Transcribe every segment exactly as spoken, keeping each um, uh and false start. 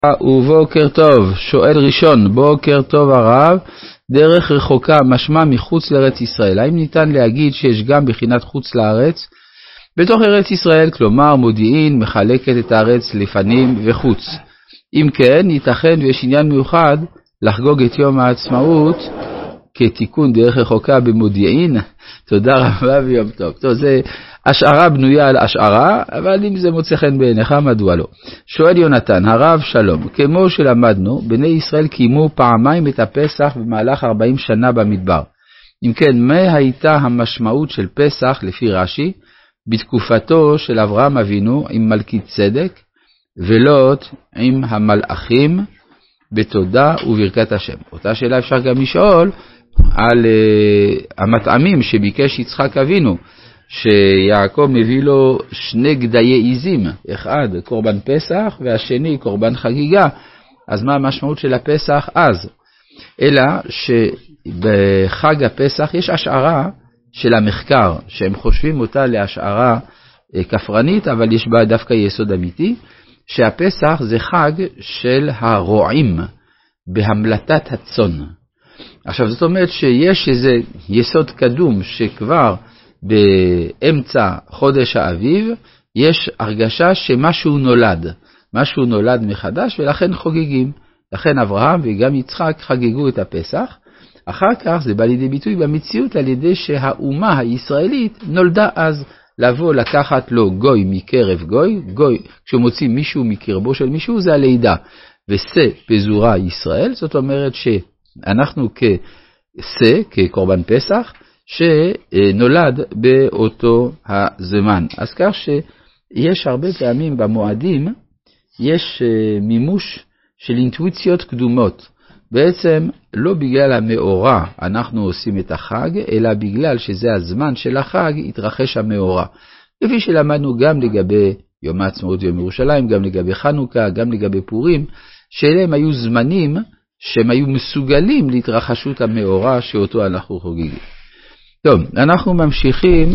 ובוקר טוב. שואל ראשון, בוקר טוב הרב, דרך רחוקה משמע מחוץ לארץ ישראל. האם ניתן להגיד שיש גם בחינת חוץ לארץ בתוך ארץ ישראל, כלומר מודיעין מחלקת את הארץ לפנים וחוץ? אם כן, ייתכן ויש עניין מיוחד לחגוג את יום העצמאות כתיקון דרך רחוקה במודיעין. תודה רבה ויום טוב. טוב, זה השערה בנויה על השערה, אבל אם זה מוצא חן בעיניך, מדוע לא? שואל יונתן, הרב שלום, כמו שלמדנו, בני ישראל קיימו פעמיים את הפסח במהלך ארבעים שנה במדבר. אם כן, מה הייתה המשמעות של פסח לפי רש"י בתקופתו של אברהם אבינו עם מלכי צדק ולוט עם המלאכים בתודה וברכת השם? אותה שאלה אפשר גם לשאול על uh, המטעמים שביקש יצחק אבינו, שיעקב מביא לו שני גדיי עיזים, אחד קורבן פסח והשני קורבן חגיגה. אז מה המשמעות של הפסח אז? אלא שבחג הפסח יש השערה של המחקר, שהם חושבים אותה להשערה כפרנית, אבל יש בה דווקא יסוד אמיתי, שהפסח זה חג של הרועים בהמלטת הצאן. עכשיו זאת אומרת שיש איזה יסוד קדום שכבר באמצע חודש האביב יש הרגשה שמשהו נולד, משהו נולד מחדש, ולכן חוגגים. לכן אברהם וגם יצחק חגגו את הפסח. אחר כך זה בא לידי ביטוי במציאות על ידי שהאומה הישראלית נולדה אז. לבוא לקחת לו גוי מקרב גוי, גוי כשמוציא מישהו מקרבו של מישהו זה הלידה, ושא פזורה ישראל, זאת אומרת שאנחנו כשא, כקורבן פסח, שנולד באותו הזמן. אז כך שיש הרבה פעמים במועדים, יש מימוש של אינטואיציות קדומות. בעצם לא בגלל המאורע אנחנו עושים את החג, אלא בגלל שזה הזמן של החג התרחש המאורע. לפי שלמדנו גם לגבי יום העצמאות ויום ירושלים, גם לגבי חנוכה, גם לגבי פורים, שאליהם היו זמנים שהם היו מסוגלים להתרחשות המאורע שאותו אנחנו חוגגים. טוב, אנחנו ממשיכים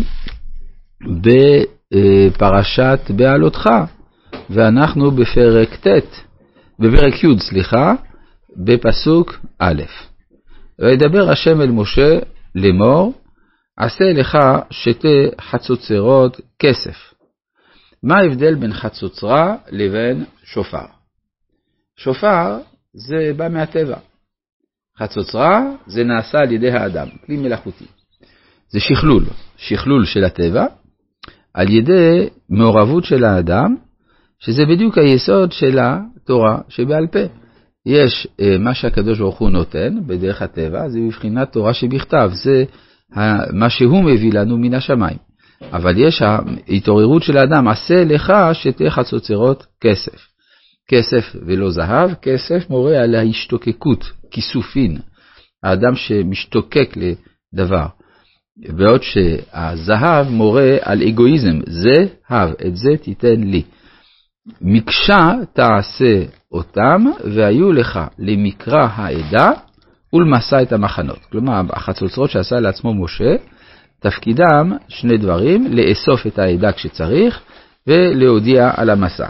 בפרשת בעלותך, ואנחנו בפרק ט', בפרק י', סליחה, בפסוק א'. וידבר השם אל משה לאמור, עשה לך שתי חצוצרות כסף. מה ההבדל בין חצוצרה לבין שופר? שופר זה בא מהטבע. חצוצרה זה נעשה על ידי האדם, כלי מלאכותי. זה שכלול, שכלול של הטבע, על ידי מעורבות של האדם, שזה בדיוק היסוד של התורה שבעל פה. יש מה שהקדוש ברוך הוא נותן בדרך הטבע, זה בבחינת תורה שבכתב, זה מה שהוא מביא לנו מן השמיים. אבל יש ההתעוררות של האדם, עשה לך שתי חצוצרות כסף. כסף ולא זהב, כסף מורה על ההשתוקקות, כיסופין, האדם שמשתוקק לדבר. בעוד שהזהב מורה על אגואיזם, זה הב, את זה תיתן לי. מקשה תעשה אותם, והיו לך למקרא העדה ולמסע את המחנות. כלומר, החצוצרות שעשה לעצמו משה, תפקידם שני דברים, לאסוף את העדה כשצריך, ולהודיע על המסע.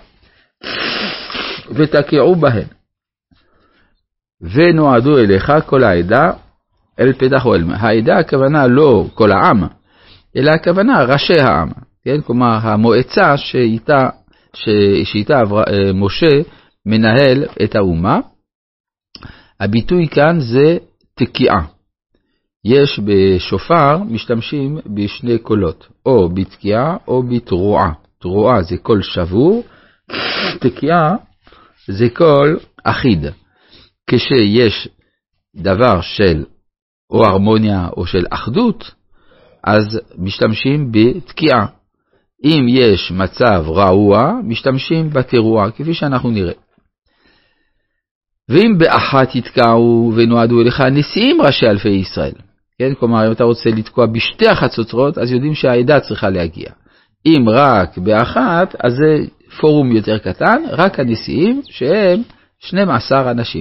ותקעו בהן. ונועדו אליך כל העדה, אל פתח או אל. העדה הכוונה לא כל העם, אלא הכוונה ראשי העם. כן? כלומר, המועצה שאיתה, שאיתה משה מנהל את האומה. הביטוי כאן זה תקיעה. יש בשופר משתמשים בשני קולות, או בתקיעה או בתרועה. תרועה זה קול שבור, תקיעה זה קול אחיד. כשיש דבר של או הרמוניה או של אחדות, אז משתמשים בתקיעה. אם יש מצב רעוע, משתמשים בתרועה, כפי שאנחנו נראה. ואם באחת יתקעו ונועדו אליך נשיאים ראשי אלפי ישראל. כן? כלומר, אם אתה רוצה לתקוע בשתי החצוצרות, אז יודעים שהעדה צריכה להגיע. אם רק באחת, אז זה פורום יותר קטן, רק הנשיאים שהם שנים עשר אנשים.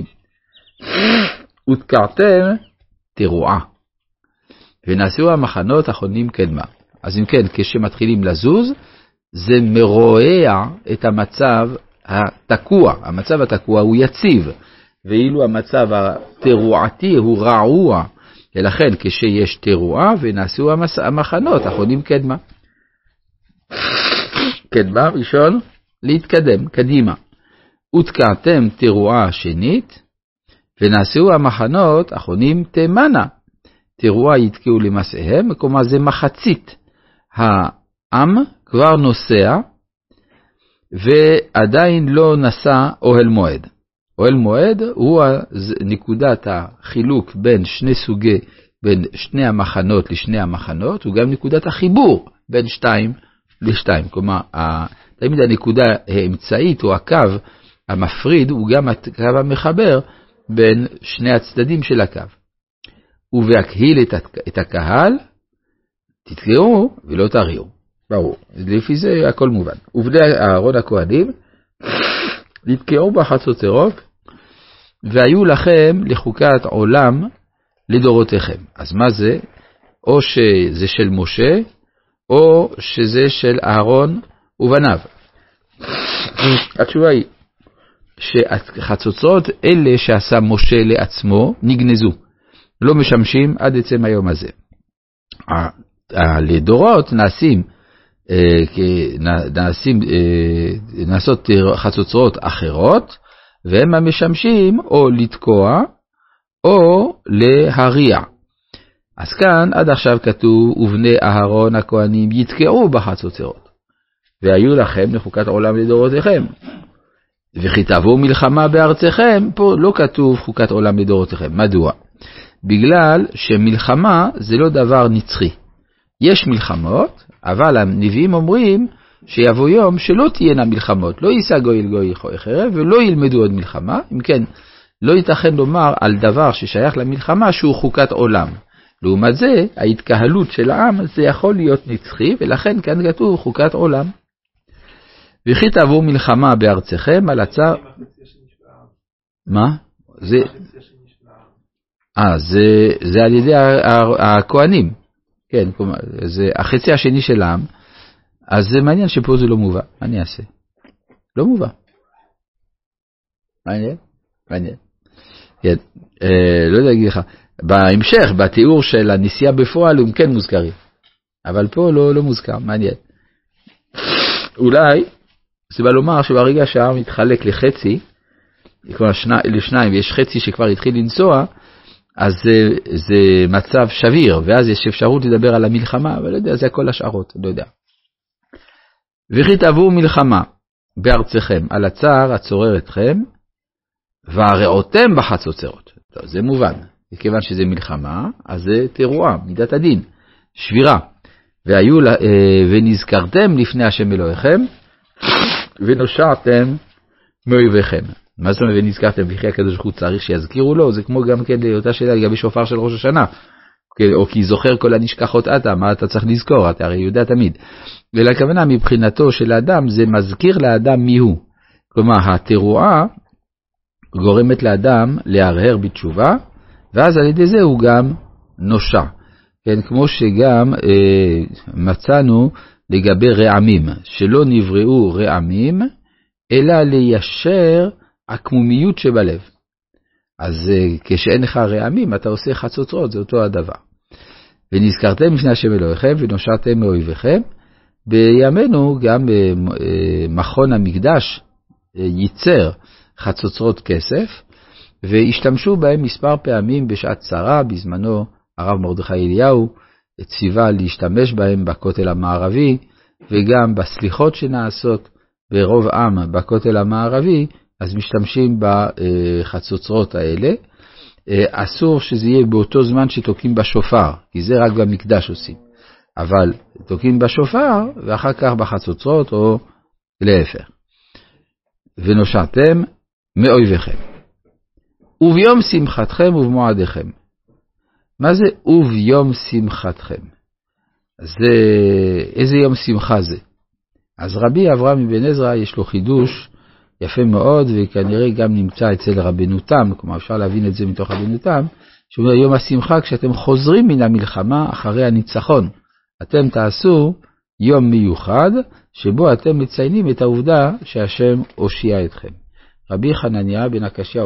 ותקעתם תרועה. ונעשו המחנות החונים קדמה. אז אם כן, כשמתחילים לזוז, זה מרועע את המצב התקוע, המצב התקוע הוא יציב, ואילו המצב התרועתי הוא רעוע, ולכן כשיש תרועה ונעשו המחנות, אחרונים קדמה. קדמה ראשון, להתקדם, קדימה. ותקעתם תרועה שנית, ונעשו המחנות, אחרונים תימנה. תרועה יתקעו למסעיהם, כלומר זה מחצית. העם כבר נוסע, ועדיין לא נסע אוהל מועד. אוהל מועד הוא נקודת החילוק בין שני סוגי, בין שני המחנות לשני המחנות, הוא גם נקודת החיבור בין שתיים לשתיים. כלומר, תמיד הנקודה האמצעית או הקו המפריד הוא גם הקו המחבר בין שני הצדדים של הקו. ובהקהיל את הקהל, תתקעו ולא תריעו. ברור, לפי זה הכל מובן. ובני אהרון הכהנים, נתקעו בחצוצרות, והיו לכם לחוקת עולם לדורותיכם. אז מה זה? או שזה של משה, או שזה של אהרון ובניו. התשובה היא, שהחצוצרות אלה שעשה משה לעצמו נגנזו, לא משמשים עד עצם היום הזה. לדורות נעשים, נעשים, נעשות חצוצרות אחרות, והם המשמשים או לתקוע או להריע. אז כאן עד עכשיו כתוב, ובני אהרון הכהנים יתקעו בחצוצרות, והיו לכם לחוקת עולם לדורותיכם. וכי תבואו מלחמה בארצכם, פה לא כתוב חוקת עולם לדורותיכם. מדוע? בגלל שמלחמה זה לא דבר נצחי. יש מלחמות, אבל הנביאים אומרים שיבוא יום שלא תהיינה מלחמות, לא יישא גוי אל גוי חרב ולא ילמדו עוד מלחמה. אם כן, לא ייתכן לומר על דבר ששייך למלחמה שהוא חוקת עולם. לעומת זה, ההתקהלות של העם זה יכול להיות נצחי, ולכן כאן כתוב חוקת עולם. וכי תבואו מלחמה בארצכם על הצער... מה? זה... אה, זה, זה על ידי הכהנים. כן, זה החצי השני של העם. אז זה מעניין שפה זה לא מובא. מה אני אעשה? לא מובא. מעניין? מעניין. כן, אה, לא יודע להגיד לך. בהמשך, בתיאור של הנסיעה בפועל, הם כן מוזכרים. אבל פה לא, לא מוזכר. מעניין. אולי... זה בא לומר שברגע שהעם מתחלק לחצי, לשניים, ויש חצי שכבר התחיל לנסוע, אז זה, זה מצב שביר, ואז יש אפשרות לדבר על המלחמה, אבל לא יודע, זה הכל השערות, לא יודע. וכי תבואו מלחמה בארצכם על הצער הצורר אתכם, והרעותם בחצוצרות. טוב, זה מובן, מכיוון שזה מלחמה, אז זה תרועה, מידת הדין, שבירה. והיו, ונזכרתם לפני השם אלוהיכם, ונושעתם מאויביכם. מה זאת אומרת ונזכרתם? וכי הקדוש ברוך הוא צריך שיזכירו לו? זה כמו גם כן אותה שאלה לגבי שופר של ראש השנה. או כי זוכר כל הנשכחות אתה, מה אתה צריך לזכור? אתה הרי יודע תמיד. ולכוונה מבחינתו של האדם זה מזכיר לאדם מי הוא. כלומר, התרועה גורמת לאדם להרהר בתשובה, ואז על ידי זה הוא גם נושע. כן, כמו שגם אה, מצאנו לגבי רעמים, שלא נבראו רעמים, אלא ליישר הקמומיות שבלב. אז כשאין לך רעמים, אתה עושה חצוצרות, זה אותו הדבר. ונזכרתם לפני השם אלוהיכם, ונושעתם מאויביכם. בימינו גם מכון המקדש ייצר חצוצרות כסף, והשתמשו בהם מספר פעמים בשעת צרה. בזמנו הרב מרדכי אליהו ציווה להשתמש בהם בכותל המערבי, וגם בסליחות שנעשות ברוב עם בכותל המערבי, אז משתמשים בחצוצרות האלה. אסור שזה יהיה באותו זמן שתוקעים בשופר, כי זה רק במקדש עושים. אבל תוקעים בשופר, ואחר כך בחצוצרות, או להפך. ונושעתם מאויביכם. וביום שמחתכם ובמועדיכם. מה זה וביום שמחתכם? זה, איזה יום שמחה זה? אז רבי אברהם אבן עזרא יש לו חידוש יפה מאוד, וכנראה גם נמצא אצל רבנו תם, כלומר אפשר להבין את זה מתוך רבנו תם, שאומר יום השמחה כשאתם חוזרים מן המלחמה אחרי הניצחון. אתם תעשו יום מיוחד שבו אתם מציינים את העובדה שהשם הושיע אתכם. רבי חנניה בן הקשיא